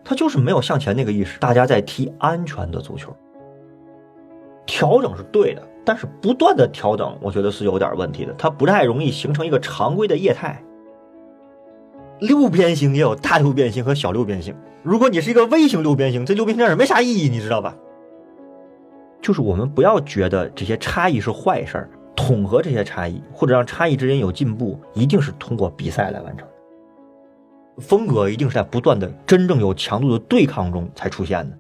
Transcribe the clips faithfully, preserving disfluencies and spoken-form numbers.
他就是没有向前那个意识，大家在踢安全的足球。调整是对的，但是不断的调整我觉得是有点问题的，它不太容易形成一个常规的业态。六边形也有大六边形和小六边形，如果你是一个微型六边形，这六边形没啥意义，你知道吧？就是我们不要觉得这些差异是坏事儿，统合这些差异或者让差异之间有进步，一定是通过比赛来完成的。风格一定是在不断的真正有强度的对抗中才出现的。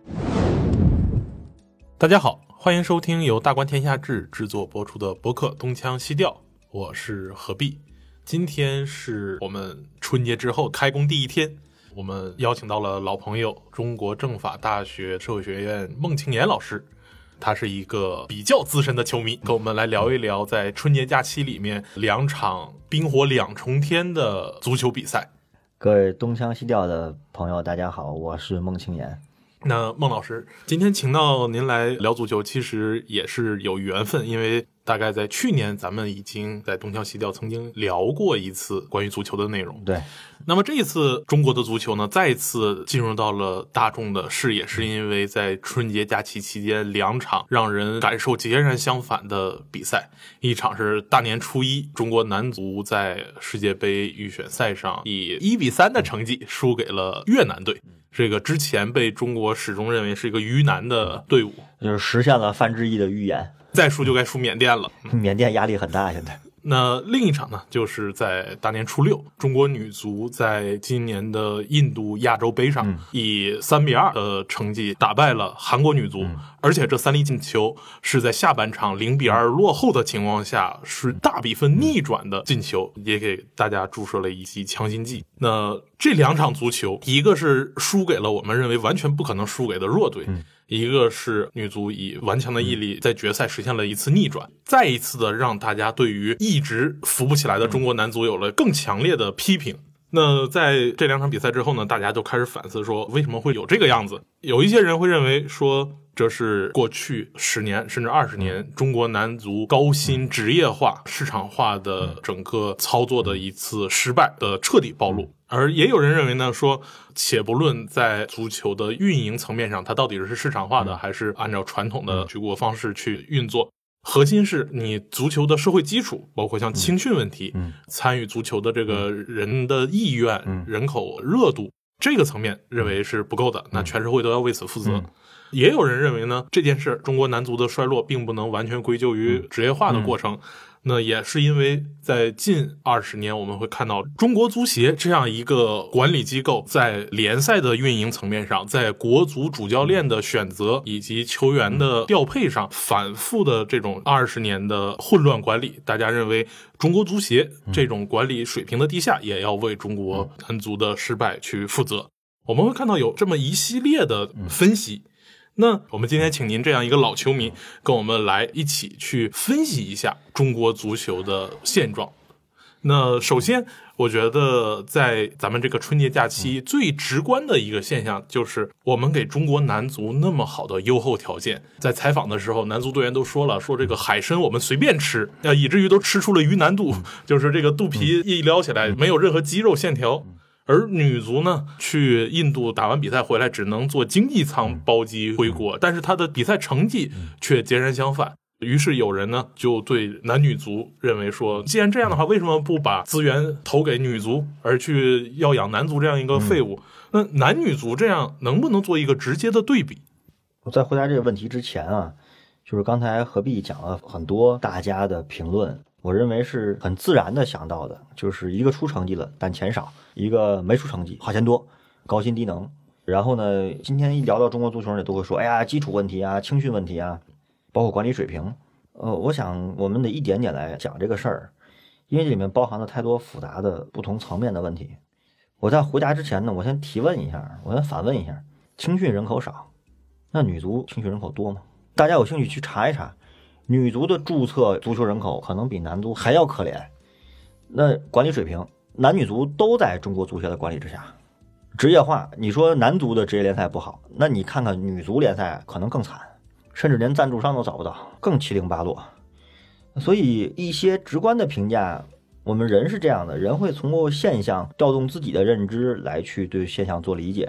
大家好，欢迎收听由大观天下志制作播出的播客东腔西调，我是何必。今天是我们春节之后开工第一天，我们邀请到了老朋友中国政法大学社会学院孟庆岩老师，他是一个比较资深的球迷，跟我们来聊一聊在春节假期里面两场冰火两重天的足球比赛。 各位东腔西调的朋友大家好，我是孟庆岩。 那孟老师今天请到您来聊足球，其实也是有缘分，因为大概在去年咱们已经在东腔西调曾经聊过一次关于足球的内容。 对， 那么这一次中国的足球呢再一次进入到了大众的视野，是因为在春节假期期间两场让人感受截然相反的比赛。一场是大年初一，中国男足在世界杯预选赛上以一比三的成绩输给了越南队，这个之前被中国始终认为是一个鱼腩的队伍， 就是实现了范志毅的预言， 再输就该输缅甸了。 缅甸压力很大现在。 那另一场呢，就是在大年初六，中国女足在今年的印度亚洲杯上、嗯、以三比二的成绩打败了韩国女足、嗯、而且这三粒进球是在下半场零比二落后的情况下是大比分逆转的进球，也给大家注射了一剂强心剂。那这两场足球，一个是输给了我们认为完全不可能输给的弱队、嗯，一个是女足以顽强的毅力在决赛实现了一次逆转，再一次的让大家对于一直扶不起来的中国男足有了更强烈的批评。那在这两场比赛之后呢，大家就开始反思说为什么会有这个样子。有一些人会认为说这是过去十年甚至二十年中国男足高薪职业化市场化的整个操作的一次失败的彻底暴露。而也有人认为呢，说且不论在足球的运营层面上它到底是市场化的还是按照传统的举国方式去运作，核心是你足球的社会基础，包括像青训问题、嗯、参与足球的这个人的意愿、嗯、人口热度，这个层面认为是不够的，那全社会都要为此负责、嗯、也有人认为呢，这件事中国男足的衰落并不能完全归咎于职业化的过程、嗯嗯，那也是因为在近二十年我们会看到中国足协这样一个管理机构在联赛的运营层面上，在国足主教练的选择以及球员的调配上反复的这种二十年的混乱管理，大家认为中国足协这种管理水平的低下也要为中国男足的失败去负责。我们会看到有这么一系列的分析，那我们今天请您这样一个老球迷跟我们来一起去分析一下中国足球的现状。那首先我觉得在咱们这个春节假期最直观的一个现象就是我们给中国男足那么好的优厚条件，在采访的时候男足队员都说了，说这个海参我们随便吃，以至于都吃出了鱼腩肚，就是这个肚皮一撩起来没有任何肌肉线条。而女足呢，去印度打完比赛回来只能坐经济舱包机回国，但是她的比赛成绩却截然相反。于是有人呢就对男女足认为说，既然这样的话，为什么不把资源投给女足，而去要养男足这样一个废物？那男女足这样能不能做一个直接的对比？ 我在回答这个问题之前啊，就是刚才何必讲了很多大家的评论，我认为是很自然的想到的，就是一个出成绩了但钱少，一个没出成绩花钱多，高薪低能。然后呢，今天一聊到中国足球也都会说，哎呀，基础问题啊，青训问题啊，包括管理水平。呃，我想我们得一点点来讲这个事儿，因为这里面包含了太多复杂的不同层面的问题。我在回答之前呢，我先提问一下，我先反问一下，青训人口少，那女足青训人口多吗？大家有兴趣去查一查，女足的注册足球人口可能比男足还要可怜。那管理水平，男女足都在中国足协的管理之下。职业化，你说男足的职业联赛不好，那你看看女足联赛可能更惨，甚至连赞助商都找不到，更七零八落。所以一些直观的评价，我们人是这样的，人会通过现象调动自己的认知来去对现象做理解。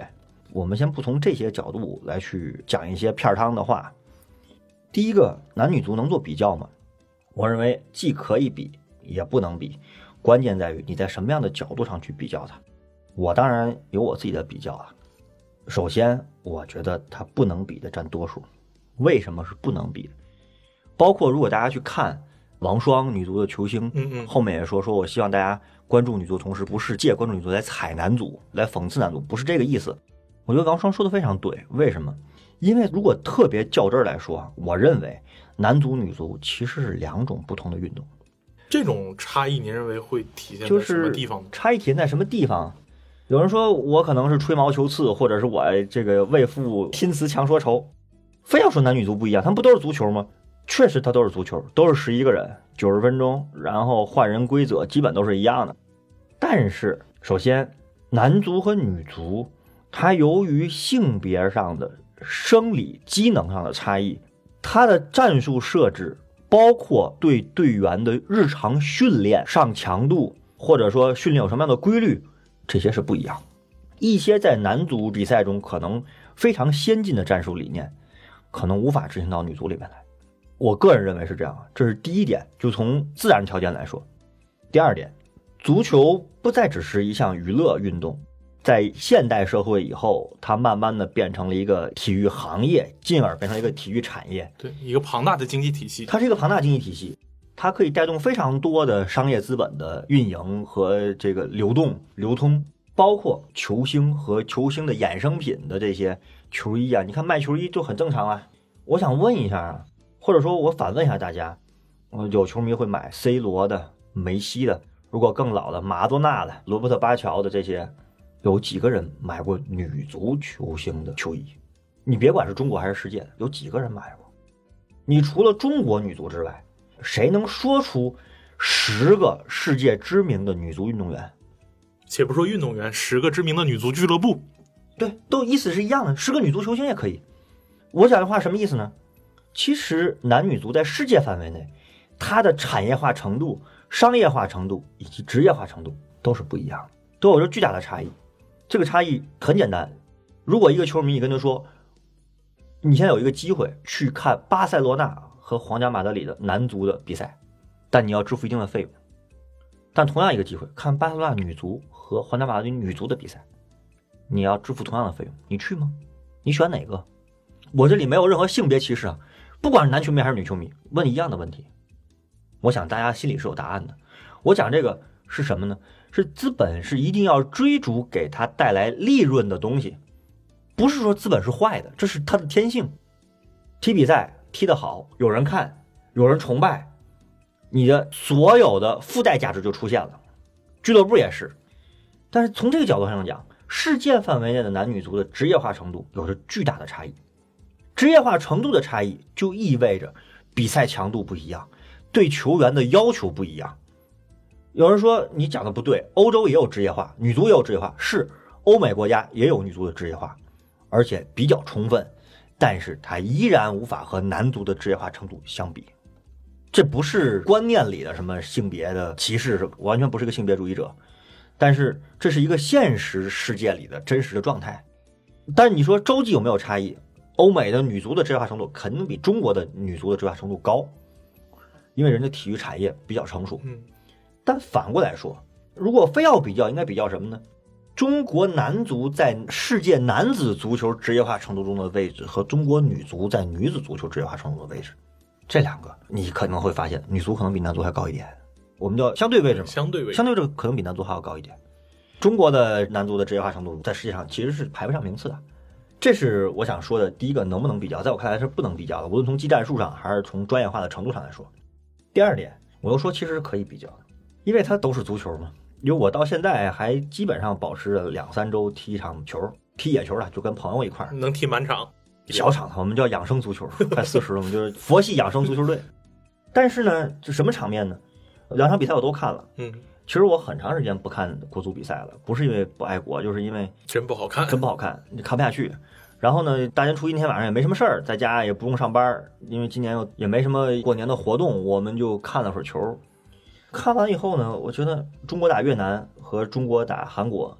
我们先不从这些角度来去讲一些片汤的话。第一个，男女足能做比较吗？我认为既可以比，也不能比，关键在于你在什么样的角度上去比较它。我当然有我自己的比较啊。首先，我觉得它不能比的占多数。为什么是不能比的？包括如果大家去看王霜女足的球星， 嗯嗯， 后面也说说我希望大家关注女足，同时不是借关注女足来踩男足，来讽刺男足，不是这个意思。我觉得王霜说的非常对。为什么？因为如果特别较真儿来说，我认为男足女足其实是两种不同的运动。 这种差异您认为会体现在什么地方呢？ 就是差异体现在什么地方？有人说我可能是吹毛求疵，或者是我这个为父拼词强说愁，非要说男女足不一样，他们不都是足球吗？确实，它都是足球，都是十一个人，九十分钟，然后换人规则基本都是一样的。但是，首先，男足和女足，它由于性别上的生理机能上的差异，它的战术设置，包括对队员的日常训练上强度，或者说训练有什么样的规律，这些是不一样。一些在男足比赛中可能非常先进的战术理念，可能无法执行到女足里面来。我个人认为是这样，这是第一点，就从自然条件来说。第二点，足球不再只是一项娱乐运动，在现代社会以后，它慢慢的变成了一个体育行业，进而变成一个体育产业。 对，一个庞大的经济体系。 它是一个庞大经济体系，它可以带动非常多的商业资本的运营和这个流动流通，包括球星和球星的衍生品的这些球衣啊，你看卖球衣就很正常啊。我想问一下啊，或者说我反问一下大家，有球迷会买 C 罗的、梅西的，如果更老的马拉多纳的、罗伯特巴乔的，这些有几个人买过女足球星的球衣？你别管是中国还是世界的，有几个人买过？你除了中国女足之外，谁能说出十个世界知名的女足运动员？ 且不说运动员，十个知名的女足俱乐部， 对，都意思是一样的，十个女足球星也可以。我讲的话什么意思呢？其实男女足在世界范围内，它的产业化程度、商业化程度以及职业化程度都是不一样的，都有着巨大的差异。这个差异很简单，如果一个球迷你跟他说，你现在有一个机会去看巴塞罗那和皇家马德里的男足的比赛，但你要支付一定的费用。但同样一个机会看巴塞罗那女足和皇家马德里女足的比赛，你要支付同样的费用，你去吗？你选哪个？我这里没有任何性别歧视啊，不管是男球迷还是女球迷，问一样的问题，我想大家心里是有答案的。我讲这个是什么呢？是资本是一定要追逐给它带来利润的东西，不是说资本是坏的，这是它的天性。踢比赛踢得好，有人看，有人崇拜，你的所有的附带价值就出现了。俱乐部也是，但是从这个角度上讲，世界范围内的男女足的职业化程度有着巨大的差异。职业化程度的差异就意味着比赛强度不一样，对球员的要求不一样。有人说你讲的不对，欧洲也有职业化，女足也有职业化，是欧美国家也有女足的职业化，而且比较充分，但是它依然无法和男足的职业化程度相比。这不是观念里的什么性别的歧视，完全不是个性别主义者，但是这是一个现实世界里的真实的状态。但是你说洲际有没有差异？欧美的女足的职业化程度肯定比中国的女足的职业化程度高，因为人的体育产业比较成熟。 嗯， 但反过来说，如果非要比较，应该比较什么呢？中国男足在世界男子足球职业化程度中的位置和中国女足在女子足球职业化程度的位置，这两个你可能会发现女足可能比男足还高一点。我们叫相对位置嘛， 相对位置， 相对位置可能比男足还要高一点。中国的男足的职业化程度在世界上其实是排不上名次的。这是我想说的第一个，能不能比较，在我看来是不能比较的，无论从技战术上还是从专业化的程度上来说。第二点，我又说其实是可以比较的，因为它都是足球嘛。因为我到现在还基本上保持了两三周踢一场球，踢野球了，就跟朋友一块儿， 能踢满场， 小场的，我们叫养生足球，快四十了，我们就是佛系养生足球队。但是呢，就什么场面呢？两场比赛我都看了， 嗯， 其实我很长时间不看国足比赛了，不是因为不爱国，就是因为真不好看， 真不好看，你看不下去。然后呢，大年初一那天晚上也没什么事儿，在家也不用上班，因为今年也没什么过年的活动，我们就看了会儿球。看完以后呢，我觉得中国打越南和中国打韩国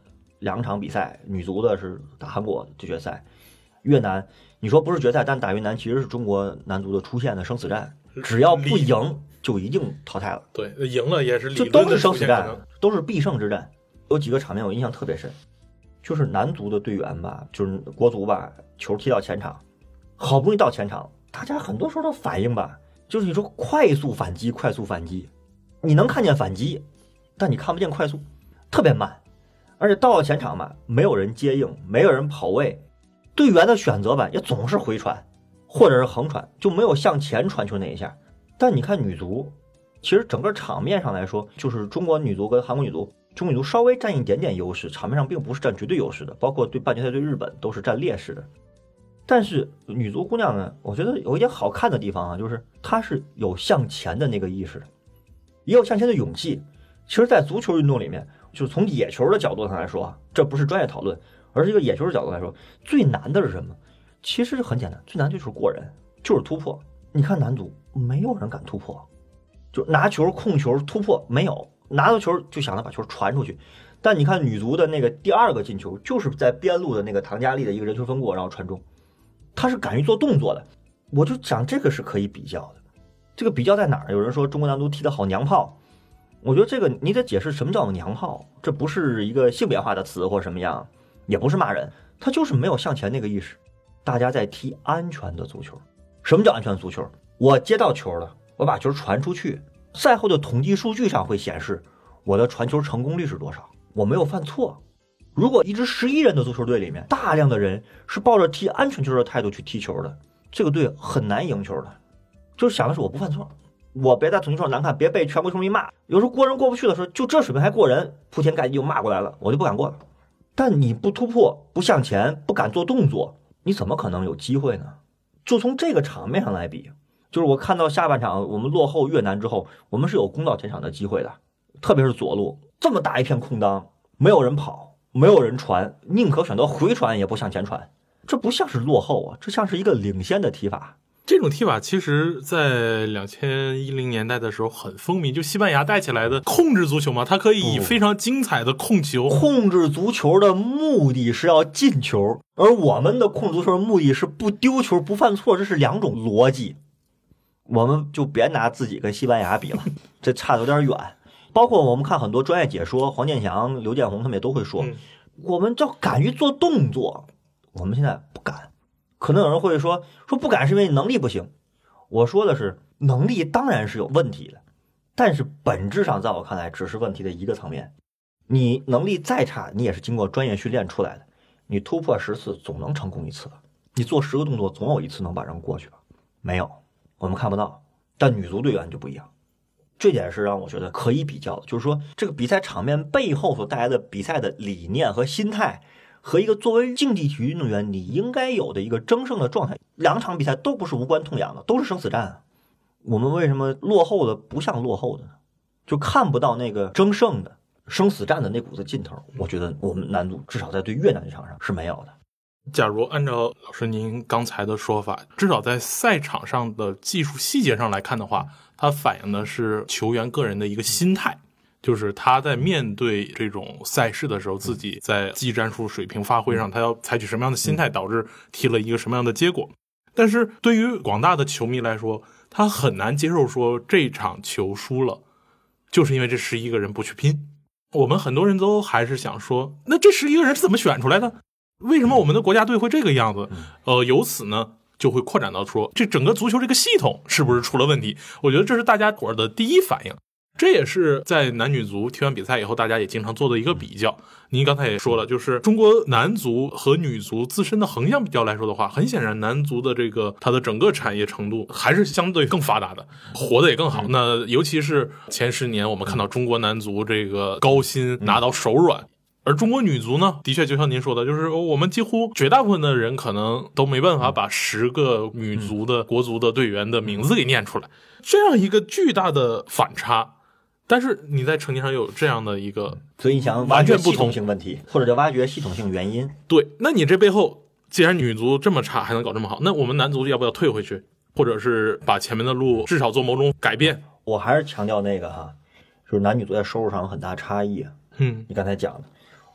两场比赛，女足的是打韩国的决赛，越南你说不是决赛，但打越南其实是中国男足的出现的生死战，只要不赢就一定淘汰了。 对，赢了也是理就论的都是生死出现可能战，都是必胜之战。有几个场面我印象特别深，就是男足的队员吧，就是国足吧，球踢到前场，好不容易到前场，大家很多时候的反应吧，就是你说快速反击，快速反击，你能看见反击，但你看不见快速，特别慢。而且到了前场吧，没有人接应，没有人跑位，队员的选择吧也总是回传或者是横传，就没有向前传球那一下。但你看女足，其实整个场面上来说，就是中国女足跟韩国女足，中国女足稍微占一点点优势，场面上并不是占绝对优势的，包括对半决赛对日本都是占劣势的。但是女足姑娘呢，我觉得有一点好看的地方啊，就是她是有向前的那个意识的，也有向前的勇气。其实在足球运动里面，就是从野球的角度上来说，这不是专业讨论，而是一个野球的角度来说，最难的是什么？其实很简单，最难的就是过人，就是突破。你看男足没有人敢突破，就拿球控球突破没有，拿到球就想着把球传出去。但你看女足的那个第二个进球，就是在边路的那个唐佳丽的一个人球分过，然后传中，他是敢于做动作的。我就讲这个是可以比较的，这个比较在哪儿？有人说中国男足踢得好娘炮，我觉得这个你得解释什么叫娘炮，这不是一个性别化的词或什么样，也不是骂人，他就是没有向前那个意识。大家在踢安全的足球。什么叫安全足球？我接到球了，我把球传出去，赛后的统计数据上会显示我的传球成功率是多少，我没有犯错。如果一支十一人的足球队里面，大量的人是抱着踢安全球的态度去踢球的，这个队很难赢球的。就是想的是我不犯错，我别在统计上难看，别被全国球迷骂。有时候过人过不去的时候，就这水平还过人，铺天盖地就骂过来了，我就不敢过了。但你不突破，不向前，不敢做动作，你怎么可能有机会呢？就从这个场面上来比，就是我看到下半场我们落后越南之后，我们是有攻到前场的机会的，特别是左路这么大一片空当，没有人跑，没有人传，宁可选择回传也不向前传，这不像是落后啊，这像是一个领先的踢法。 这种踢法其实在两千一零年代的时候很风靡，就西班牙带起来的控制足球嘛，它可以非常精彩的控球。 控制足球的目的是要进球，而我们的控制足球的目的是不丢球不犯错，这是两种逻辑。我们就别拿自己跟西班牙比了，这差得有点远。包括我们看很多专业解说，黄健翔、刘建宏他们也都会说、嗯、我们叫敢于做动作，我们现在不敢。可能有人会说说不敢是因为能力不行，我说的是能力当然是有问题的，但是本质上在我看来只是问题的一个层面。你能力再差，你也是经过专业训练出来的，你突破十次总能成功一次吧，你做十个动作总有一次能把人过去吧？没有，我们看不到。但女足队员就不一样，这点是让我觉得可以比较的，就是说这个比赛场面背后所带来的比赛的理念和心态，和一个作为竞技体育运动员你应该有的一个争胜的状态，两场比赛都不是无关痛痒的，都是生死战啊。我们为什么落后的不像落后的呢？就看不到那个争胜的生死战的那股子劲头。我觉得我们男足至少在对越南这场上是没有的。 假如按照老师您刚才的说法，至少在赛场上的技术细节上来看的话，它反映的是球员个人的一个心态，就是他在面对这种赛事的时候，自己在技战术水平发挥上，他要采取什么样的心态，导致踢了一个什么样的结果。但是对于广大的球迷来说，他很难接受说这场球输了，就是因为这十一个人不去拼。我们很多人都还是想说，那这十一个人是怎么选出来的？为什么我们的国家队会这个样子？呃，由此呢，就会扩展到说，这整个足球这个系统是不是出了问题？我觉得这是大家伙的第一反应。这也是在男女足踢完比赛以后，大家也经常做的一个比较。您刚才也说了，就是中国男足和女足自身的横向比较来说的话，很显然男足的这个它的整个产业程度还是相对更发达的，活得也更好。那尤其是前十年我们看到中国男足这个高薪拿到手软，而中国女足呢，的确就像您说的，就是我们几乎绝大部分的人可能都没办法把十个女足的国足的队员的名字给念出来，这样一个巨大的反差。但是你在成绩上有这样的一个， 所以你想挖掘系统性问题，或者叫挖掘系统性原因。 对，那你这背后既然女足这么差还能搞这么好，那我们男足要不要退回去，或者是把前面的路至少做某种改变？ 我还是强调那个哈，就是男女足在收入上有很大差异。 嗯， 你刚才讲的，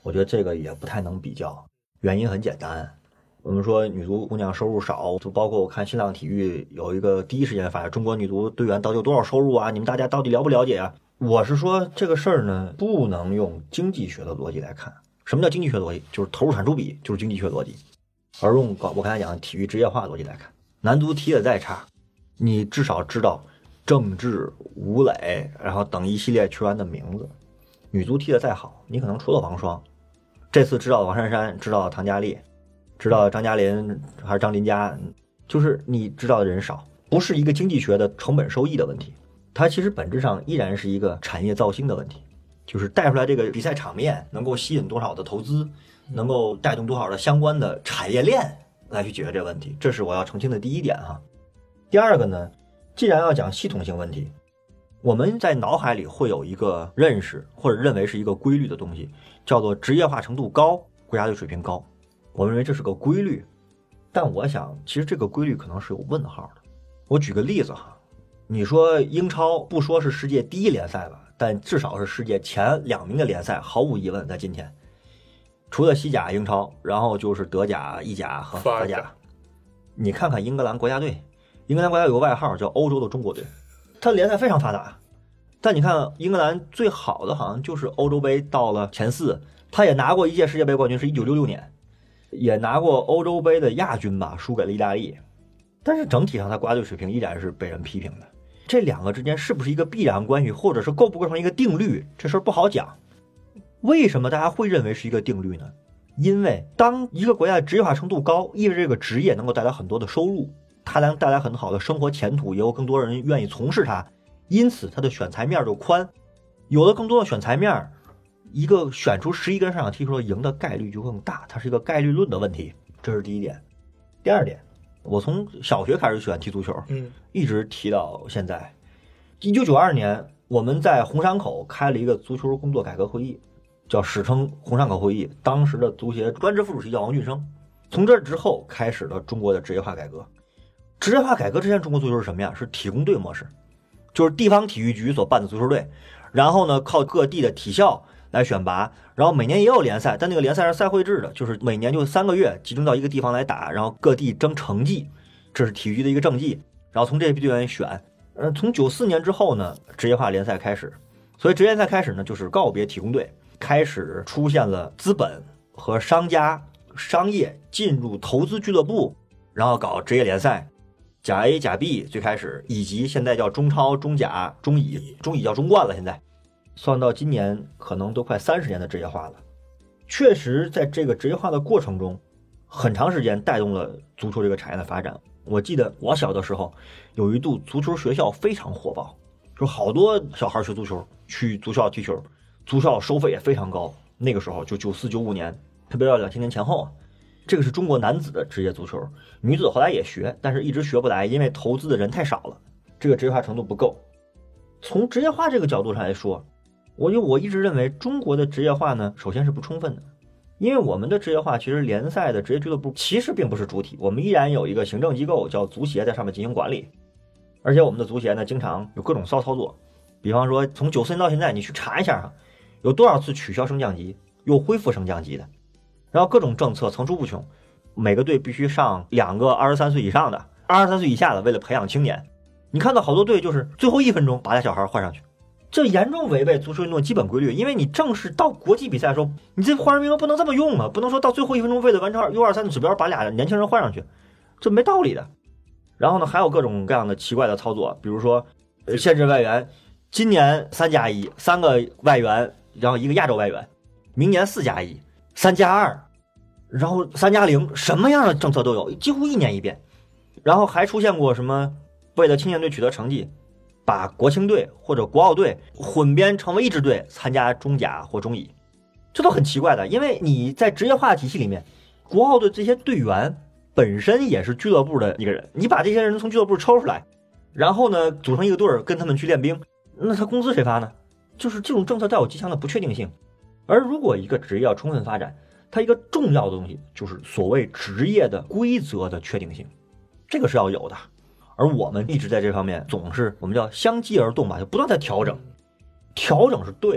我觉得这个也不太能比较，原因很简单。我们说女足姑娘收入少，就包括我看新浪体育有一个第一时间发现中国女足队员到底有多少收入啊？你们大家到底了不了解啊？我是说这个事儿呢，不能用经济学的逻辑来看。什么叫经济学逻辑？就是投入产出比，就是经济学逻辑。而用我刚才讲的体育职业化逻辑来看，男足踢得再差，你至少知道郑智、吴磊，然后等一系列球员的名字。女足踢得再好，你可能除了王霜，这次知道王珊珊，知道唐佳丽，知道张嘉林还是张林佳，就是你知道的人少，不是一个经济学的成本收益的问题，它其实本质上依然是一个产业造星的问题，就是带出来这个比赛场面能够吸引多少的投资，能够带动多少的相关的产业链来去解决这个问题，这是我要澄清的第一点哈。第二个呢，既然要讲系统性问题，我们在脑海里会有一个认识或者认为是一个规律的东西，叫做职业化程度高，国家队水平高。我们认为这是个规律，但我想其实这个规律可能是有问号的。我举个例子哈，你说英超不说是世界第一联赛吧，但至少是世界前两名的联赛，毫无疑问在今天。除了西甲、英超，然后就是德甲、意甲和法甲。你看看英格兰国家队，英格兰国家有个外号叫欧洲的中国队，它联赛非常发达。但你看英格兰最好的好像就是欧洲杯到了前四，他也拿过一届世界杯冠军，是一九六六年，也拿过欧洲杯的亚军吧，输给了意大利。但是整体上他国家队水平依然是被人批评的。这两个之间是不是一个必然关系，或者是构不构成一个定律，这事儿不好讲。为什么大家会认为是一个定律呢？因为当一个国家的职业化程度高，意味着这个职业能够带来很多的收入，它能带来很好的生活前途，也有更多人愿意从事它，因此它的选材面就宽。有了更多的选材面，一个选出十一个人上场踢球赢的概率就更大，它是一个概率论的问题，这是第一点。第二点，我从小学开始喜欢踢足球，嗯，一直踢到现在。一九九二年，我们在红山口开了一个足球工作改革会议，叫史称红山口会议。当时的足协专职副主席叫王俊生。从这之后开始了中国的职业化改革。职业化改革之前，中国足球是什么呀？是体工队模式，就是地方体育局所办的足球队，然后呢靠各地的体校来选拔，然后每年也有联赛，但那个联赛是赛会制的，就是每年就三个月集中到一个地方来打，然后各地争成绩，这是体育局的一个政绩，然后从这批队员选。呃，从九四年之后呢，职业化联赛开始，所以职业联赛开始呢，就是告别体工队，开始出现了资本和商家、商业进入投资俱乐部，然后搞职业联赛，甲 A、甲 B 最开始，以及现在叫中超、中甲、中乙，中乙叫中冠了，现在算到今年可能都快三十年的职业化了。确实，在这个职业化的过程中，很长时间带动了足球这个产业的发展。我记得我小的时候，有一度足球学校非常火爆，就好多小孩学足球，去足校踢球，足校收费也非常高。那个时候就九四九五年，特别到两千年前后，这个是中国男子的职业足球，女子后来也学，但是一直学不来，因为投资的人太少了，这个职业化程度不够。从职业化这个角度上来说，我就我一直认为中国的职业化呢，首先是不充分的。因为我们的职业化其实联赛的职业俱乐部其实并不是主体，我们依然有一个行政机构叫足协在上面进行管理，而且我们的足协呢经常有各种骚操作，比方说从九四年到现在你去查一下哈，有多少次取消升降级又恢复升降级的，然后各种政策层出不穷，每个队必须上两个二十三岁以上的，二十三岁以下的为了培养青年，你看到好多队就是最后一分钟把俩小孩换上去，这严重违背足球运动基本规律，因为你正式到国际比赛的时候，你这换人名额不能这么用啊，不能说到最后一分钟为了完成 U 二十三 的指标把俩年轻人换上去，这没道理的。然后呢，还有各种各样的奇怪的操作，比如说限制外援，今年三加一，三个外援，然后一个亚洲外援，明年四加一，三加二，然后三加零，什么样的政策都有，几乎一年一变。然后还出现过什么为了青年队取得成绩，把国青队或者国奥队混编成为一支队参加中甲或中乙，这都很奇怪的。因为你在职业化体系里面，国奥的这些队员本身也是俱乐部的一个人，你把这些人从俱乐部抽出来，然后呢组成一个队儿跟他们去练兵，那他工资谁发呢？就是这种政策带有极强的不确定性。而如果一个职业要充分发展，它一个重要的东西就是所谓职业的规则的确定性，这个是要有的。而我们一直在这方面总是我们叫相机而动吧，就不断在调整，调整是对的，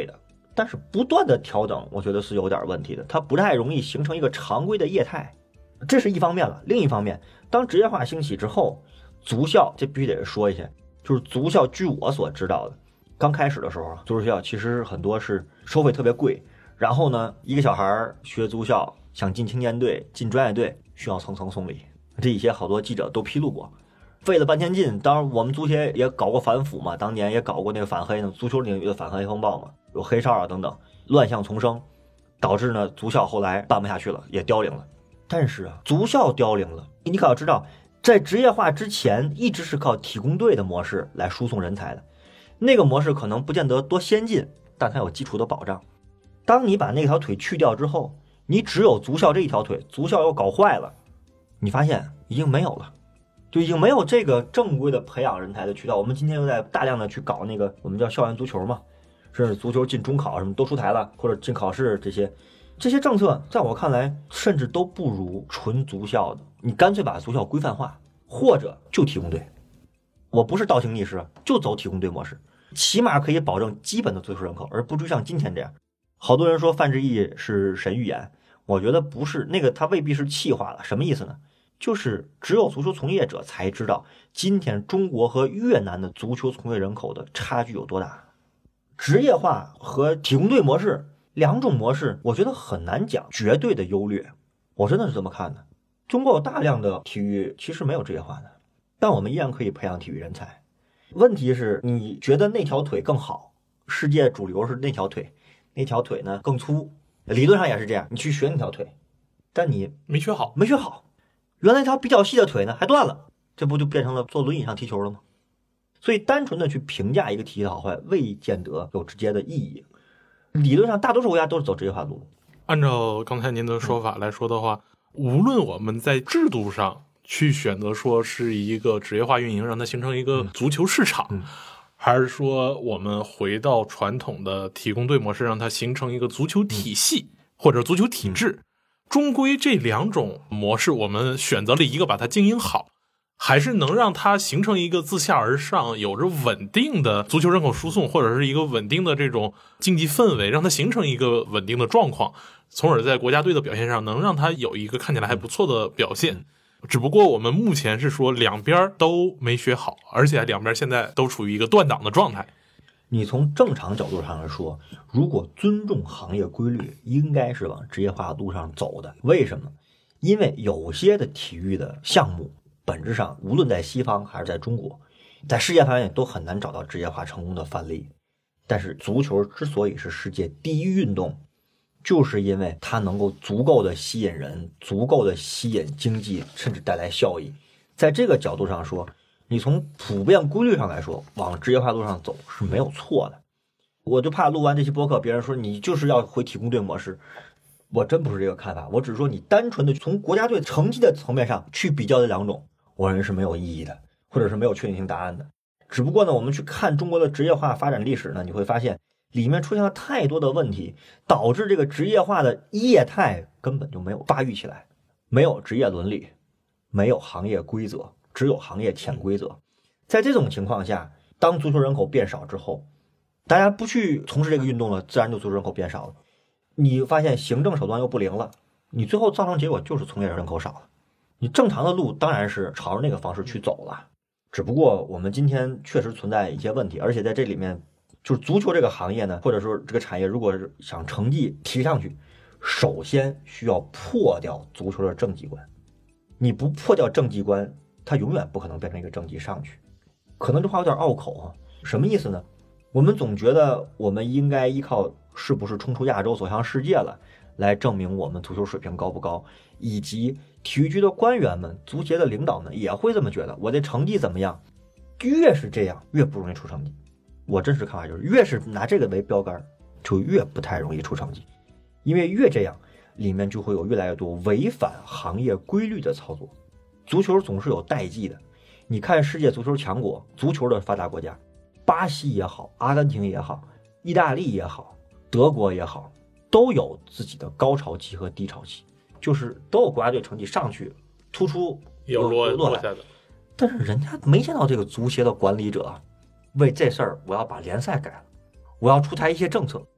但是不断的调整，我觉得是有点问题的，它不太容易形成一个常规的业态，这是一方面了。另一方面，当职业化兴起之后，足校这必须得说一下，就是足校，据我所知道的，刚开始的时候，足球学校其实很多是收费特别贵，然后呢，一个小孩学足校想进青年队、进专业队，需要层层送礼，这一些好多记者都披露过。费了半天劲，当然我们足协也搞过反腐嘛，当年也搞过那个反黑呢，足球领域的反黑风暴嘛，有黑哨啊等等，乱象丛生，导致呢足校后来办不下去了，也凋零了。但是啊，足校凋零了，你可要知道，在职业化之前，一直是靠体工队的模式来输送人才的，那个模式可能不见得多先进，但它有基础的保障。当你把那条腿去掉之后，你只有足校这一条腿，足校又搞坏了，你发现已经没有了。就已经没有这个正规的培养人才的渠道。我们今天又在大量的去搞那个我们叫校园足球嘛，甚至足球进中考什么都出台了，或者进考试，这些这些政策在我看来甚至都不如纯足校的。你干脆把足校规范化，或者就体工队。我不是倒行逆施，就走体工队模式，起码可以保证基本的足球人口，而不是像今天这样。好多人说范志毅是神预言，我觉得不是，那个他未必是气化了。什么意思呢？就是只有足球从业者才知道今天中国和越南的足球从业人口的差距有多大。职业化和体工队模式两种模式，我觉得很难讲绝对的优劣，我真的是这么看的。中国有大量的体育其实没有职业化的，但我们依然可以培养体育人才。问题是你觉得那条腿更好，世界主流是那条腿，那条腿呢更粗，理论上也是这样，你去学那条腿，但你没学好， 没学好，原来一条比较细的腿呢还断了，这不就变成了坐轮椅上踢球了吗？所以单纯的去评价一个体育的好坏未见得有直接的意义。理论上大多数国家都是走职业化路。 按照刚才您的说法来说的话、嗯、无论我们在制度上去选择说是一个职业化运营，让它形成一个足球市场、嗯嗯、还是说我们回到传统的体工队模式，让它形成一个足球体系、嗯、或者足球体制、嗯，终归这两种模式我们选择了一个把它经营好，还是能让它形成一个自下而上有着稳定的足球人口输送，或者是一个稳定的这种竞技氛围，让它形成一个稳定的状况，从而在国家队的表现上能让它有一个看起来还不错的表现。只不过我们目前是说两边都没学好，而且两边现在都处于一个断档的状态。 你从正常角度上来说，如果尊重行业规律，应该是往职业化的路上走的。为什么？因为有些的体育的项目本质上无论在西方还是在中国，在世界范围内都很难找到职业化成功的范例。但是足球之所以是世界第一运动，就是因为它能够足够的吸引人，足够的吸引经济，甚至带来效益。在这个角度上说，你从普遍规律上来说，往职业化路上走是没有错的。我就怕录完这期播客，别人说你就是要回体工队模式，我真不是这个看法。我只是说你单纯的从国家队成绩的层面上去比较这两种，我认为是没有意义的，或者是没有确定性答案的。只不过呢，我们去看中国的职业化发展历史呢，你会发现里面出现了太多的问题，导致这个职业化的业态根本就没有发育起来，没有职业伦理，没有行业规则，只有行业潜规则。在这种情况下，当足球人口变少之后，大家不去从事这个运动了，自然就足球人口变少了。你发现行政手段又不灵了，你最后造成结果就是从业人口少了。你正常的路当然是朝着那个方式去走了，只不过我们今天确实存在一些问题，而且在这里面就是足球这个行业呢，或者说这个产业如果是想成绩提上去，首先需要破掉足球的政绩观。你不破掉政绩观，它永远不可能变成一个政绩上去。可能这话有点拗口啊，什么意思呢？我们总觉得我们应该依靠是不是冲出亚洲走向世界了来证明我们足球水平高不高，以及体育局的官员们、足协的领导们也会这么觉得，我的成绩怎么样，越是这样越不容易出成绩。我真实看法就是，越是拿这个为标杆，就越不太容易出成绩，因为越这样，里面就会有越来越多违反行业规律的操作。足球总是有代际的，你看世界足球强国，足球的发达国家，巴西也好，阿根廷也好，意大利也好，德国也好，都有自己的高潮期和低潮期，就是都有国家队成绩上去突出有落落下的， 但是人家没见到这个足协的管理者为这事儿我要把联赛改了，我要出台一些政策，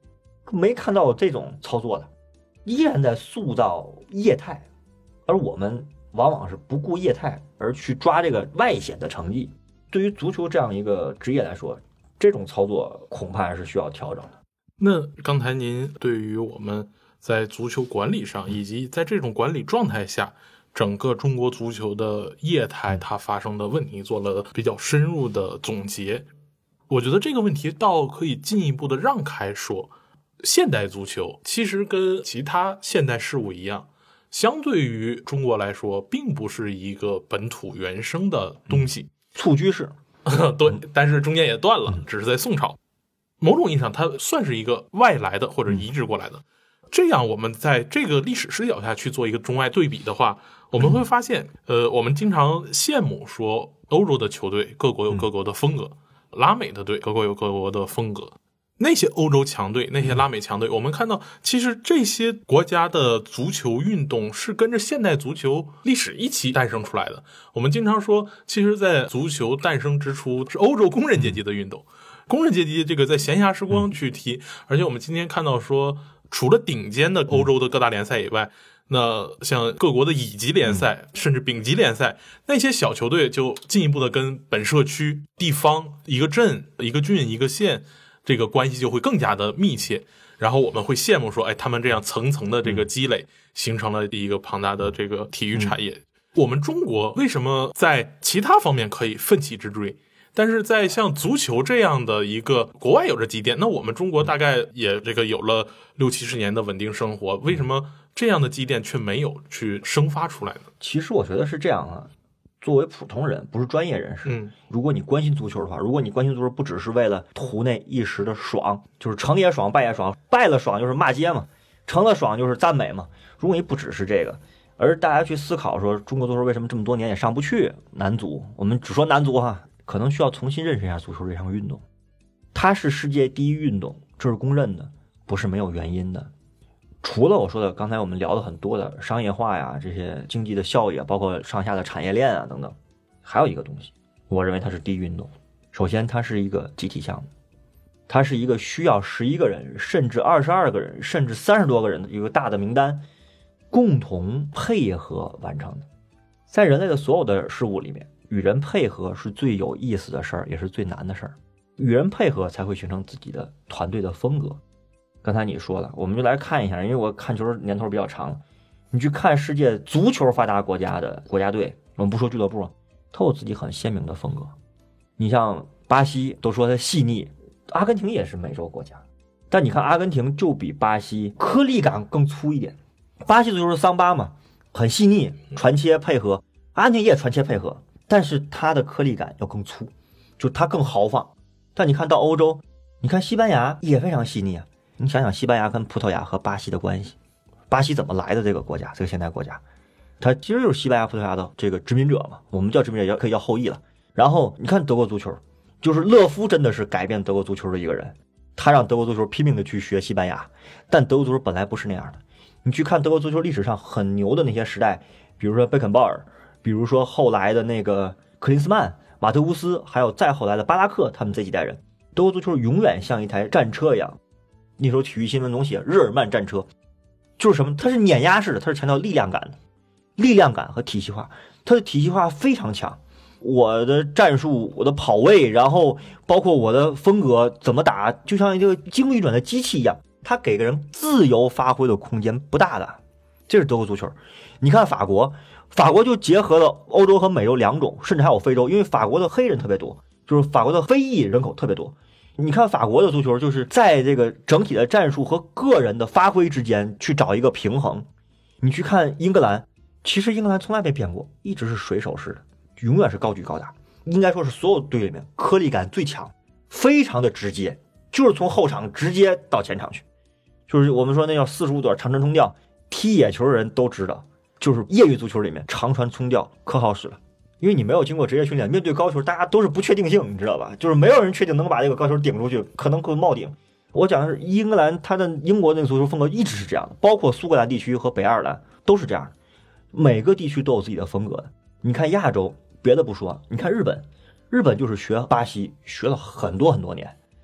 没看到这种操作的，依然在塑造业态，而我们往往是不顾业态而去抓这个外显的成绩。对于足球这样一个职业来说，这种操作恐怕是需要调整的。 那刚才您对于我们在足球管理上，以及在这种管理状态下，整个中国足球的业态它发生的问题做了比较深入的总结。我觉得这个问题倒可以进一步的让开说，现代足球其实跟其他现代事物一样，相对于中国来说并不是一个本土原生的东西， 蹴鞠式对，但是中间也断了，只是在宋朝。某种意义上它算是一个外来的或者移植过来的。这样我们在这个历史视角下去做一个中外对比的话，我们会发现呃，我们经常羡慕说欧洲的球队各国有各国的风格，拉美的队各国有各国的风格，那些欧洲强队，那些拉美强队，我们看到其实这些国家的足球运动是跟着现代足球历史一起诞生出来的。我们经常说，其实在足球诞生之初是欧洲工人阶级的运动，工人阶级这个在闲暇时光去踢，而且我们今天看到说，除了顶尖的欧洲的各大联赛以外，那像各国的乙级联赛甚至丙级联赛，那些小球队就进一步的跟本社区地方一个镇一个郡一个县这个关系就会更加的密切，然后我们会羡慕说，哎，他们这样层层的这个积累形成了一个庞大的这个体育产业。我们中国为什么在其他方面可以奋起直追，但是在像足球这样的一个国外有着积淀，那我们中国大概也这个有了六七十年的稳定生活，为什么这样的积淀却没有去生发出来呢？ 其实我觉得是这样啊，作为普通人，不是专业人士， 嗯， 如果你关心足球的话，如果你关心足球不只是为了图那一时的爽，就是成也爽败也爽，败了爽就是骂街嘛，成了爽就是赞美嘛，如果你不只是这个，而大家去思考说中国足球为什么这么多年也上不去，男足，我们只说男足哈，可能需要重新认识一下足球这项运动。它是世界第一运动，这是公认的，不是没有原因的。除了我说的刚才我们聊的很多的商业化呀，这些经济的效益啊，包括上下的产业链啊等等，还有一个东西，我认为它是第一运动。首先它是一个集体项目，它是一个需要十一个人甚至二十二个人甚至三十多个人的一个大的名单共同配合完成的。在人类的所有的事物里面，与人配合是最有意思的事儿，也是最难的事儿。与人配合才会形成自己的团队的风格。刚才你说了，我们就来看一下，因为我看球年头比较长，你去看世界足球发达国家的国家队，我们不说俱乐部，它有自己很鲜明的风格。你像巴西都说它细腻，阿根廷也是美洲国家，但你看阿根廷就比巴西颗粒感更粗一点。巴西足球是桑巴嘛，很细腻，传切配合，阿根廷也传切配合，但是它的颗粒感要更粗，就它更豪放。但你看到欧洲，你看西班牙也非常细腻啊。你想想西班牙跟葡萄牙和巴西的关系，巴西怎么来的这个国家，这个现代国家，它其实就是西班牙葡萄牙的这个殖民者嘛，我们叫殖民者可以叫后裔了。然后你看德国足球，就是勒夫真的是改变德国足球的一个人，他让德国足球拼命的去学西班牙，但德国足球本来不是那样的。你去看德国足球历史上很牛的那些时代，比如说贝肯鲍尔，比如说后来的那个克林斯曼、马特乌斯，还有再后来的巴拉克，他们这几代人，德国足球永远像一台战车一样。那时候体育新闻总写日耳曼战车，就是什么？它是碾压式的，它是强调力量感的，力量感和体系化，它的体系化非常强。我的战术，我的跑位，然后包括我的风格怎么打，就像一个经不运转的机器一样，它给个人自由发挥的空间不大的。这是德国足球。你看法国，法国就结合了欧洲和美洲两种，甚至还有非洲，因为法国的黑人特别多，就是法国的非裔人口特别多。你看法国的足球就是在这个整体的战术和个人的发挥之间去找一个平衡。你去看英格兰，其实英格兰从来没变过，一直是水手式的，永远是高举高打，应该说是所有队里面颗粒感最强，非常的直接，就是从后场直接到前场去，就是我们说那叫四十五朵长传冲吊，踢野球的人都知道，就是业余足球里面长传冲吊可好使了。因为你没有经过职业训练，面对高球大家都是不确定性，你知道吧？就是没有人确定能把这个高球顶出去，可能会冒顶。我讲的是英格兰，它的英国那个足球风格一直是这样的，包括苏格兰地区和北爱尔兰都是这样的，每个地区都有自己的风格的。你看亚洲，别的不说，你看日本，日本就是学巴西学了很多很多年，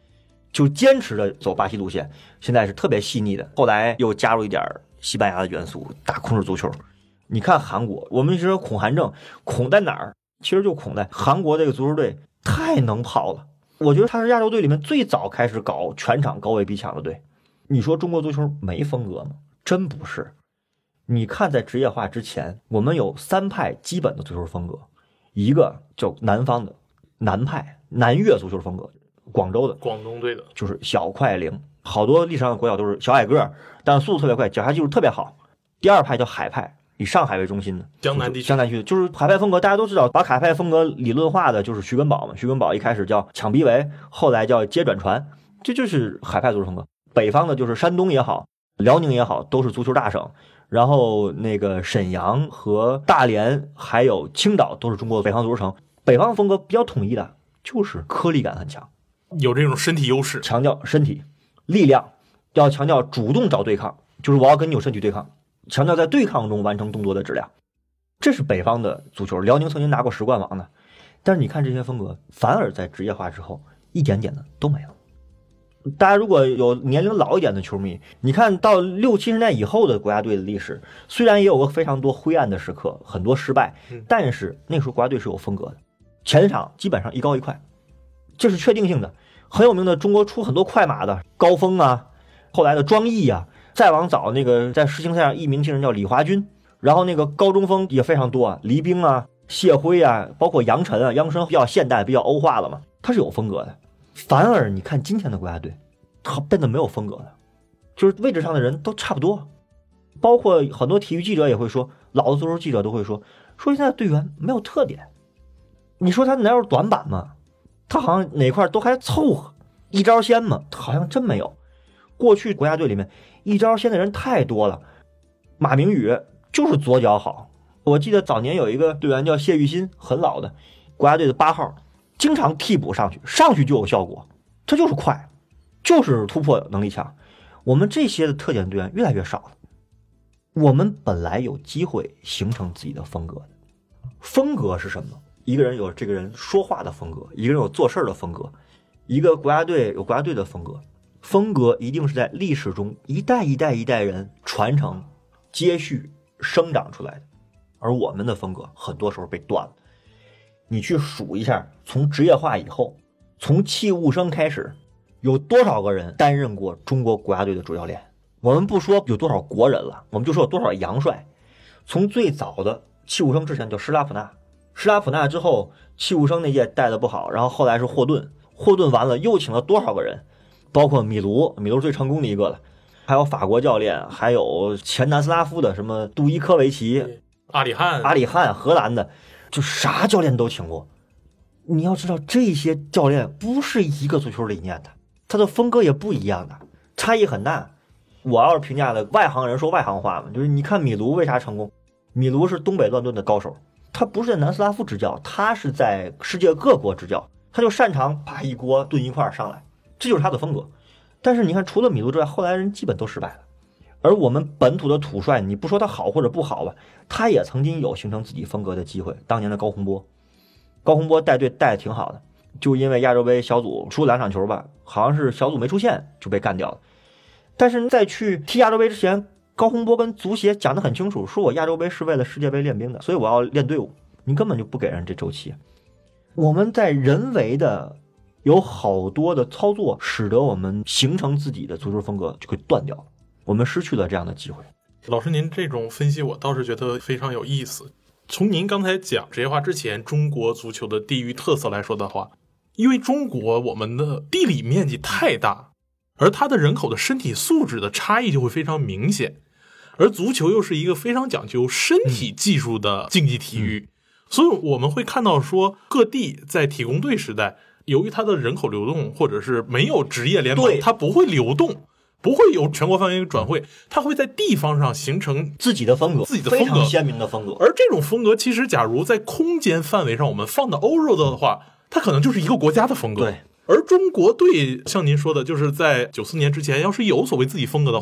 就坚持着走巴西路线，现在是特别细腻的。后来又加入一点西班牙的元素，打控制足球。你看韩国，我们说恐韩症，恐在哪儿？其实就恐在韩国这个足球队太能跑了。我觉得他是亚洲队里面最早开始搞全场高位逼抢的队。你说中国足球没风格吗？真不是。你看在职业化之前，我们有三派基本的足球风格，一个叫南方的南派南越足球风格，广州的广东队的就是小快灵，好多历史上的国脚都是小矮个，但是速度特别快，脚下技术特别好。第二派叫海派，以上海为中心的江南地区， 江南地区就是海派风格，大家都知道，把海派风格理论化的就是徐根宝嘛。徐根宝一开始叫抢逼围，后来叫接转传，这就是海派足球风格。北方的就是山东也好，辽宁也好，都是足球大省。然后那个沈阳和大连还有青岛都是中国的北方足球城。北方风格比较统一的，就是颗粒感很强， 有这种身体优势， 强调身体力量，要强调主动找对抗，就是我要跟你有身体对抗，强调在对抗中完成动作的质量。这是北方的足球。辽宁曾经拿过十冠王的，但是你看这些风格反而在职业化之后一点点的都没了。大家如果有年龄老一点的球迷，你看到六七十年代以后的国家队的历史，虽然也有过非常多灰暗的时刻，很多失败，但是那时候国家队是有风格的，前场基本上一高一快，这是确定性的。很有名的中国出很多快马的，高峰啊，后来的庄毅啊，再往早那个在世青赛上一鸣惊人叫李华军，然后那个高中锋也非常多啊，黎兵啊，谢辉啊，包括杨晨啊，杨晨比较现代比较欧化了嘛，他是有风格的。反而你看今天的国家队，他变得没有风格了，就是位置上的人都差不多，包括很多体育记者也会说，老的足球记者都会说，说现在队员没有特点。你说他哪有短板吗？他好像哪块都还凑合，一招鲜吗？好像真没有。过去国家队里面一招鲜的人太多了，马明宇就是左脚好。我记得早年有一个队员叫谢玉新，很老的国家队的八号，经常替补上去，上去就有效果，他就是快，就是突破能力强。我们这些的特点队员越来越少了。我们本来有机会形成自己的风格的。风格是什么？一个人有这个人说话的风格，一个人有做事的风格，一个国家队有国家队的风格。风格一定是在历史中一代一代一代人传承、接续、生长出来的。而我们的风格很多时候被断了。你去数一下，从职业化以后，从戚务生开始，有多少个人担任过中国国家队的主教练？我们不说有多少国人了，我们就说有多少洋帅。从最早的戚务生之前叫施拉普纳，施拉普纳之后，戚务生那届带的不好，然后后来是霍顿，霍顿完了又请了多少个人？包括米卢，米卢是最成功的一个了，还有法国教练，还有前南斯拉夫的什么杜伊科维奇、 阿里汉、 阿里汉，荷兰的，就啥教练都请过。你要知道，这些教练不是一个足球理念的，他的风格也不一样的，差异很大。我要是评价的外行人说外行话嘛，就是你看米卢为啥成功？米卢是东北乱炖的高手，他不是在南斯拉夫执教，他是在世界各国执教，他就擅长把一锅炖一块上来，这就是他的风格。但是你看，除了米卢之外，后来人基本都失败了。而我们本土的土帅，你不说他好或者不好吧，他也曾经有形成自己风格的机会。当年的高洪波，高洪波带队带的挺好的，就因为亚洲杯小组输两场球吧，好像是小组没出现就被干掉了。但是在去踢亚洲杯之前，高洪波跟足协讲得很清楚，说我亚洲杯是为了世界杯练兵的，所以我要练队伍，你根本就不给人这周期。我们在人为的有好多的操作，使得我们形成自己的足球风格就会断掉，我们失去了这样的机会。 老师，您这种分析我倒是觉得非常有意思。从您刚才讲职业化之前中国足球的地域特色来说的话，因为中国我们的地理面积太大，而它的人口的身体素质的差异就会非常明显，而足球又是一个非常讲究身体技术的竞技体育、嗯、所以我们会看到说各地在体工队时代，由于它的人口流动或者是没有职业联盟，它不会流动，不会有全国范围转会，它会在地方上形成自己的风格， 自己的风格，非常鲜明的风格。 而这种风格其实假如在空间范围上我们放到欧洲的话，它可能就是一个国家的风格。 对。 而中国队像您说的，就是在九四年之前要是有所谓自己风格的话，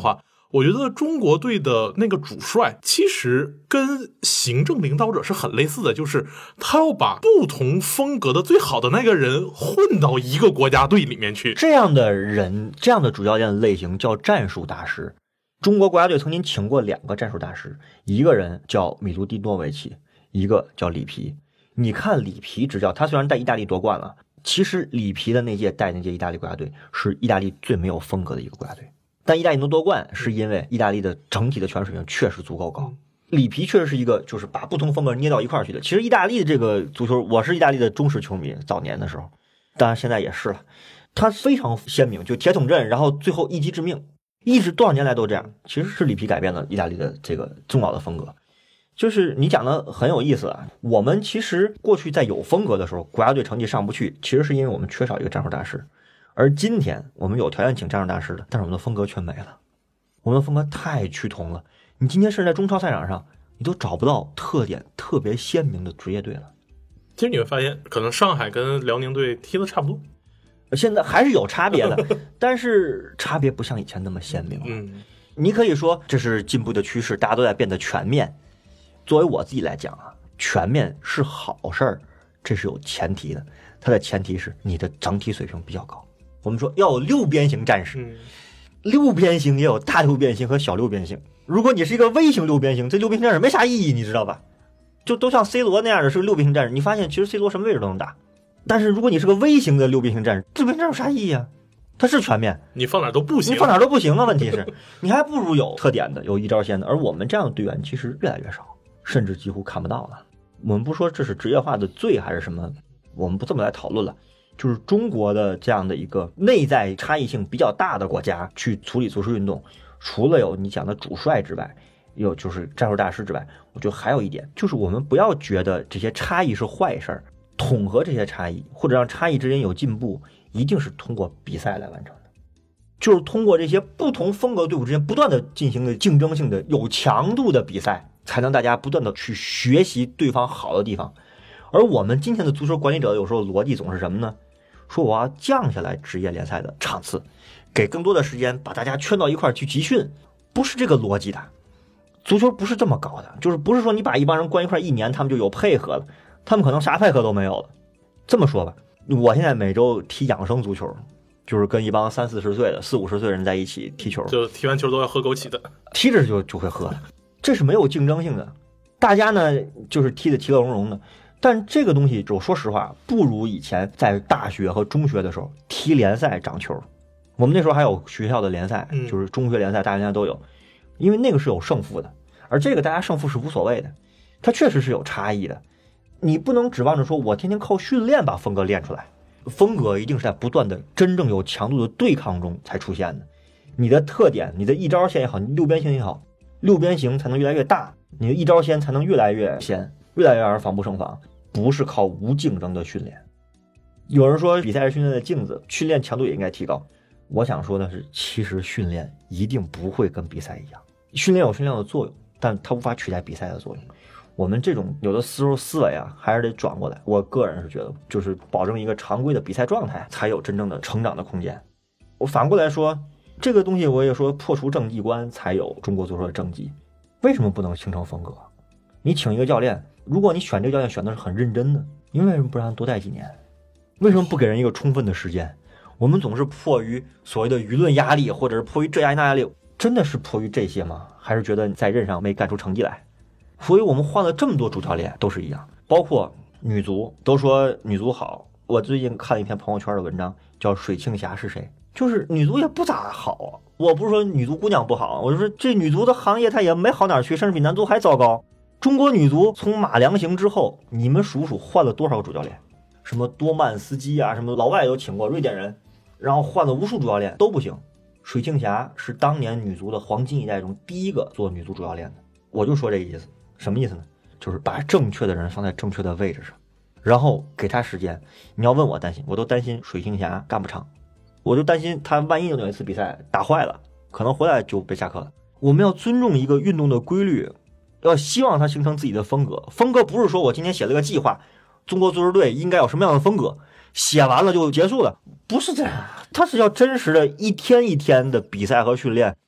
我觉得中国队的那个主帅其实跟行政领导者是很类似的，就是他要把不同风格的最好的那个人混到一个国家队里面去。 这样的人，这样的主教练类型叫战术大师。中国国家队曾经请过两个战术大师，一个人叫米卢蒂诺维奇，一个叫里皮。你看里皮执教，他虽然带意大利夺冠了，其实里皮的那届带那届意大利国家队是意大利最没有风格的一个国家队。但意大利能夺冠，是因为意大利的整体的全水平确实足够高。里皮确实是一个就是把不同风格捏到一块儿去的。其实意大利的这个足球，我是意大利的忠实球迷，早年的时候，当然现在也是了。他非常鲜明，就铁桶阵，然后最后一击致命，一直多少年来都这样。其实是里皮改变了意大利的这个重要的风格。就是你讲的很有意思啊。我们其实过去在有风格的时候，国家队成绩上不去，其实是因为我们缺少一个战术大师。而今天我们有条件请战术大师的，但是我们的风格全没了，我们的风格太趋同了。你今天甚至在中超赛场上，你都找不到特点特别鲜明的职业队了。 其实你会发现，可能上海跟辽宁队踢的差不多， 现在还是有差别的，但是差别不像以前那么鲜明了。 嗯， 你可以说这是进步的趋势，大家都在变得全面。作为我自己来讲啊，全面是好事儿，这是有前提的，它的前提是你的整体水平比较高。我们说要有六边形战士，六边形也有大六边形和小六边形。如果你是一个微型六边形，这六边形战士没啥意义，你知道吧？就都像 C 罗那样的是个六边形战士，你发现其实 C 罗什么位置都能打。但是如果你是个微型的六边形战士，这边战士有啥意义啊？它是全面， 你放哪都不行， 你放哪都不行啊。问题是你还不如有特点的，有一招鲜的。而我们这样的队员其实越来越少，甚至几乎看不到了。我们不说这是职业化的罪还是什么，我们不这么来讨论了。就是中国的这样的一个内在差异性比较大的国家去处理足球运动，除了有你讲的主帅之外，有就是战术大师之外，我觉得还有一点，就是我们不要觉得这些差异是坏事儿，统合这些差异或者让差异之间有进步，一定是通过比赛来完成的，就是通过这些不同风格队伍之间不断的进行的竞争性的有强度的比赛，才能大家不断的去学习对方好的地方。而我们今天的足球管理者有时候逻辑总是什么呢？说我要降下来职业联赛的场次，给更多的时间把大家圈到一块去集训，不是这个逻辑的。足球不是这么搞的，就是不是说你把一帮人关一块一年他们就有配合了，他们可能啥配合都没有了。这么说吧，我现在每周踢养生足球，就是跟一帮三四十岁的四五十岁的人在一起踢球， 就踢完球都要喝枸杞的， 踢着就就会喝的，这是没有竞争性的，大家呢就是踢的其乐融融的。但这个东西我说实话不如以前在大学和中学的时候踢联赛长球。我们那时候还有学校的联赛，就是中学联赛大学联赛都有，因为那个是有胜负的，而这个大家胜负是无所谓的，它确实是有差异的。你不能指望着说我天天靠训练把风格练出来，风格一定是在不断的真正有强度的对抗中才出现的。你的特点，你的一招线也好，你六边形也好，六边形才能越来越大，你的一招鲜才能越来越鲜，越来越让人防不胜防，不是靠无竞争的训练。有人说比赛是训练的镜子，训练强度也应该提高。我想说的是，其实训练一定不会跟比赛一样，训练有训练的作用，但它无法取代比赛的作用。我们这种有的思路思维啊，还是得转过来。我个人是觉得，就是保证一个常规的比赛状态，才有真正的成长的空间。我反过来说，这个东西我也说，破除政绩观才有中国足球的政绩。为什么不能形成风格？你请一个教练，如果你选这个教练选的是很认真的，你为什么不让他多带几年？为什么不给人一个充分的时间？我们总是迫于所谓的舆论压力，或者是迫于这压力那压力，真的是迫于这些吗？还是觉得在任上没干出成绩来？所以我们换了这么多主教练都是一样，包括女足，都说女足好。我最近看了一篇朋友圈的文章，叫水庆霞是谁，就是女足也不咋好啊。我不是说女足姑娘不好，我就说这女足的行业它也没好哪去，甚至比男足还糟糕。中国女足从马良行之后，你们数数换了多少个主教练？什么多曼斯基啊，什么老外都请过，瑞典人，然后换了无数主教练都不行。水庆霞是当年女足的黄金一代中第一个做女足主教练的。我就说这个意思，什么意思呢？就是把正确的人放在正确的位置上，然后给他时间。你要问我担心，我都担心水庆霞干不长，我就担心他万一有一次比赛打坏了，可能回来就被下课了。我们要尊重一个运动的规律，要希望它形成自己的风格。风格不是说我今天写了个计划，中国足球队应该有什么样的风格，写完了就结束了，不是这样。它是要真实的一天一天的比赛和训练，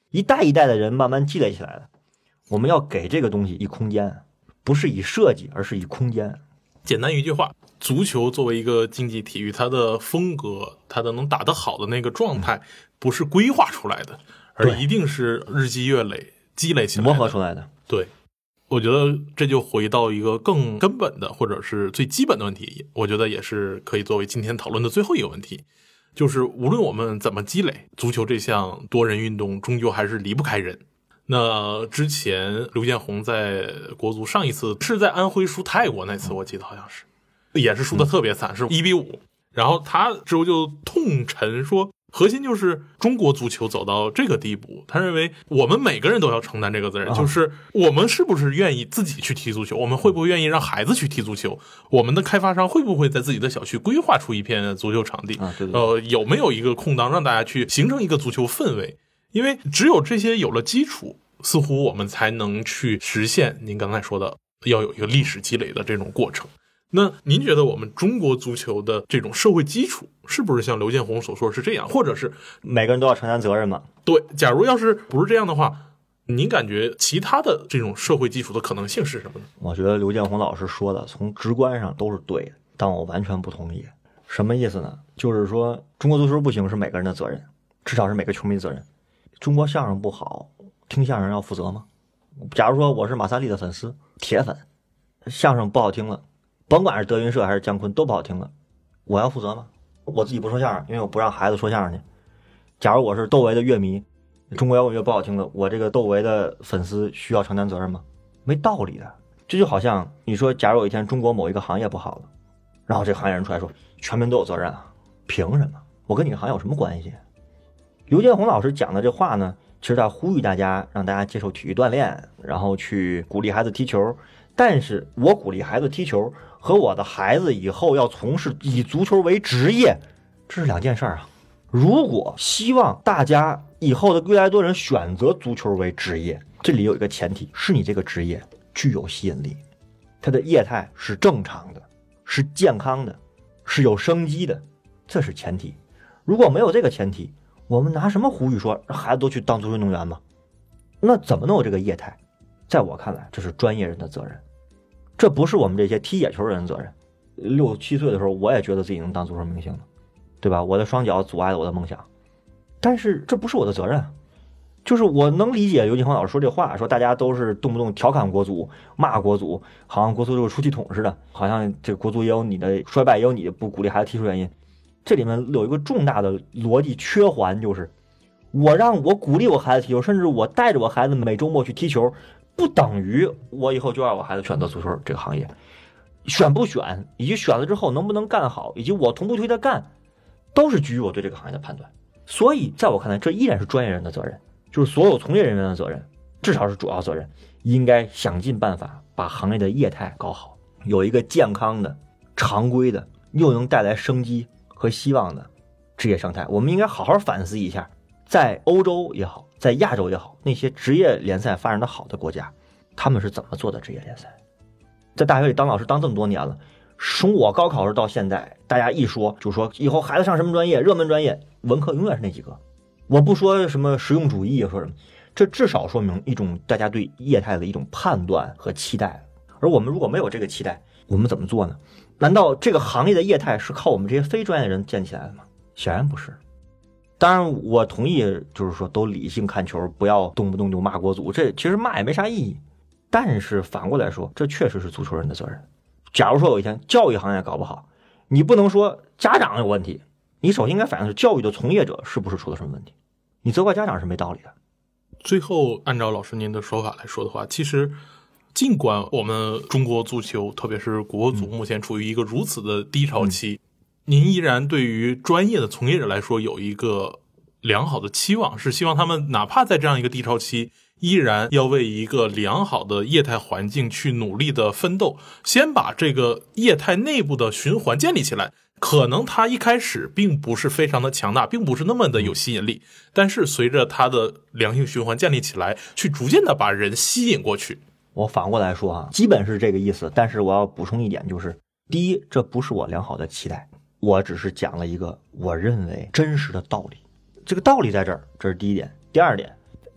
一代一代的人慢慢积累起来的。我们要给这个东西一空间，不是以设计，而是以空间。 简单一句话，足球作为一个竞技体育，它的风格，它的能打得好的那个状态，不是规划出来的，而一定是日积月累积累起来的， 磨合出来的。 对，我觉得这就回到一个更根本的或者是最基本的问题，我觉得也是可以作为今天讨论的最后一个问题，就是无论我们怎么积累，足球这项多人运动终究还是离不开人。那之前刘建宏在国足上一次是在安徽输泰国那次，我记得好像是也是输的特别惨，是一比五。然后他之后就痛陈说，核心就是中国足球走到这个地步，他认为我们每个人都要承担这个责任，就是我们是不是愿意自己去踢足球，我们会不会愿意让孩子去踢足球，我们的开发商会不会在自己的小区规划出一片足球场地， 啊对对对呃，有没有一个空档让大家去形成一个足球氛围。因为只有这些有了基础，似乎我们才能去实现您刚才说的要有一个历史积累的这种过程。那您觉得我们中国足球的这种社会基础是不是像刘建宏所说是这样，或者是每个人都要承担责任吗？ 对，假如要是不是这样的话，您感觉其他的这种社会基础的可能性是什么呢？ 我觉得刘建宏老师说的从直观上都是对的，但我完全不同意。什么意思呢？就是说中国足球不行是每个人的责任，至少是每个球迷的责任。中国相声不好，听相声要负责吗？假如说我是马萨利的粉丝，铁粉，相声不好听了，甭管是德云社还是姜昆都不好听了，我要负责吗？我自己不说相声，因为我不让孩子说相声去。假如我是窦唯的乐迷，中国摇滚乐不好听了，我这个窦唯的粉丝需要承担责任吗？没道理的。这就好像你说，假如有一天中国某一个行业不好了，然后这个行业人出来说全民都有责任啊，凭什么？我跟你这行业有什么关系？刘建宏老师讲的这话呢，其实在呼吁大家，让大家接受体育锻炼，然后去鼓励孩子踢球。但是我鼓励孩子踢球和我的孩子以后要从事以足球为职业，这是两件事啊。如果希望大家以后的越来越多人选择足球为职业，这里有一个前提，是你这个职业具有吸引力，它的业态是正常的，是健康的，是有生机的，这是前提。如果没有这个前提，我们拿什么呼吁说让孩子都去当足球运动员吗？那怎么能有这个业态？在我看来，这是专业人的责任，这不是我们这些踢野球人的责任。六七岁的时候，我也觉得自己能当足球明星了，对吧？我的双脚阻碍了我的梦想，但是这不是我的责任。就是我能理解刘建宏老师说这话，说大家都是动不动调侃国足、骂国足，好像国足就是出气筒似的，好像这个国足也有你的衰败，也有你不鼓励孩子踢出原因。这里面有一个重大的逻辑缺环，就是我让我鼓励我孩子踢球，甚至我带着我孩子每周末去踢球，不等于我以后就让我孩子选择足球这个行业。选不选，以及选了之后能不能干好，以及我同不同意他干，都是基于我对这个行业的判断。所以在我看来，这依然是专业人的责任，就是所有从业人员的责任，至少是主要责任，应该想尽办法把行业的业态搞好，有一个健康的、常规的，又能带来生机和希望的职业生态。我们应该好好反思一下，在欧洲也好，在亚洲也好，那些职业联赛发展的好的国家，他们是怎么做的职业联赛。在大学里当老师当这么多年了，从我高考时到现在，大家一说就说以后孩子上什么专业，热门专业，文科永远是那几个。我不说什么实用主义，说什么，这至少说明一种大家对业态的一种判断和期待。而我们如果没有这个期待，我们怎么做呢？难道这个行业的业态是靠我们这些非专业的人建起来的吗？显然不是。当然我同意，就是说都理性看球，不要动不动就骂国足，这其实骂也没啥意义。但是反过来说，这确实是足球人的责任。假如说有一天教育行业搞不好，你不能说家长有问题，你首先应该反映是教育的从业者是不是出了什么问题，你责怪家长是没道理的。 最后按照老师您的说法来说的话，其实尽管我们中国足球特别是国足目前处于一个如此的低潮期、嗯、您依然对于专业的从业者来说有一个良好的期望，是希望他们哪怕在这样一个低潮期依然要为一个良好的业态环境去努力的奋斗，先把这个业态内部的循环建立起来。可能它一开始并不是非常的强大，并不是那么的有吸引力，但是随着它的良性循环建立起来，去逐渐的把人吸引过去。 我反过来说啊，基本是这个意思，但是我要补充一点，就是第一，这不是我良好的期待，我只是讲了一个我认为真实的道理，这个道理在这儿，这是第一点。第二点，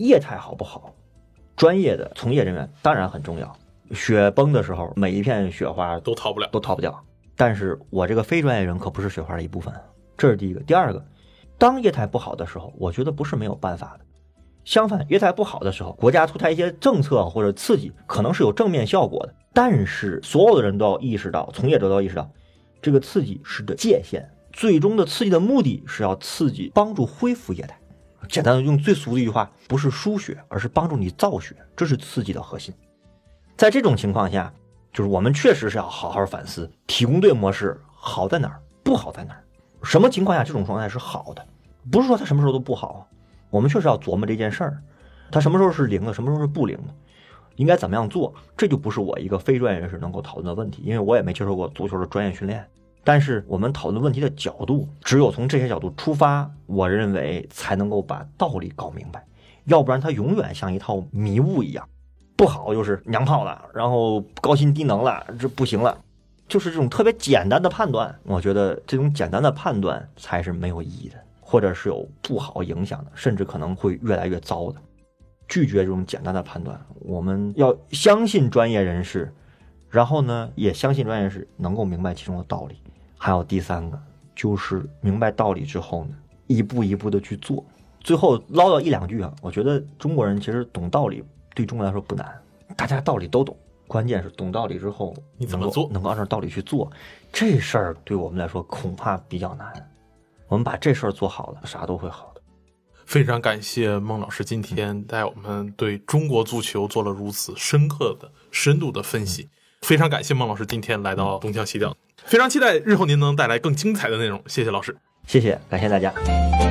业态好不好，专业的从业人员当然很重要。雪崩的时候，每一片雪花都逃不了， 都逃不掉。但是我这个非专业人可不是雪花的一部分，这是第一个。第二个，当业态不好的时候，我觉得不是没有办法的。相反，业态不好的时候，国家出台一些政策或者刺激，可能是有正面效果的。但是所有的人都要意识到，从业者都要意识到，这个刺激是的界限，最终的刺激的目的是要刺激帮助恢复业态。简单的用最俗的一句话，不是输血，而是帮助你造血，这是刺激的核心。在这种情况下，就是我们确实是要好好反思体工队模式好在哪儿，不好在哪儿，什么情况下这种状态是好的，不是说它什么时候都不好。我们确实要琢磨这件事儿，它什么时候是零的，什么时候是不零的，应该怎么样做，这就不是我一个非专业人士能够讨论的问题，因为我也没接受过足球的专业训练。但是我们讨论问题的角度，只有从这些角度出发，我认为才能够把道理搞明白，要不然它永远像一套迷雾一样，不好就是娘炮了，然后高薪低能了，这不行了，就是这种特别简单的判断，我觉得这种简单的判断才是没有意义的，或者是有不好影响的，甚至可能会越来越糟的。拒绝这种简单的判断，我们要相信专业人士，然后呢，也相信专业人士能够明白其中的道理。还有第三个，就是明白道理之后呢，一步一步的去做。最后唠叨一两句啊，我觉得中国人其实懂道理对中国来说不难，大家道理都懂，关键是懂道理之后你怎么做， 能够按照道理去做，这事儿对我们来说恐怕比较难。我们把这事儿做好了，啥都会好的。 非常感谢孟老师今天带我们对中国足球做了如此深刻的深度的分析，非常感谢孟老师今天来到东敲西调，非常期待日后您能带来更精彩的内容，谢谢老师。 谢谢，感谢大家。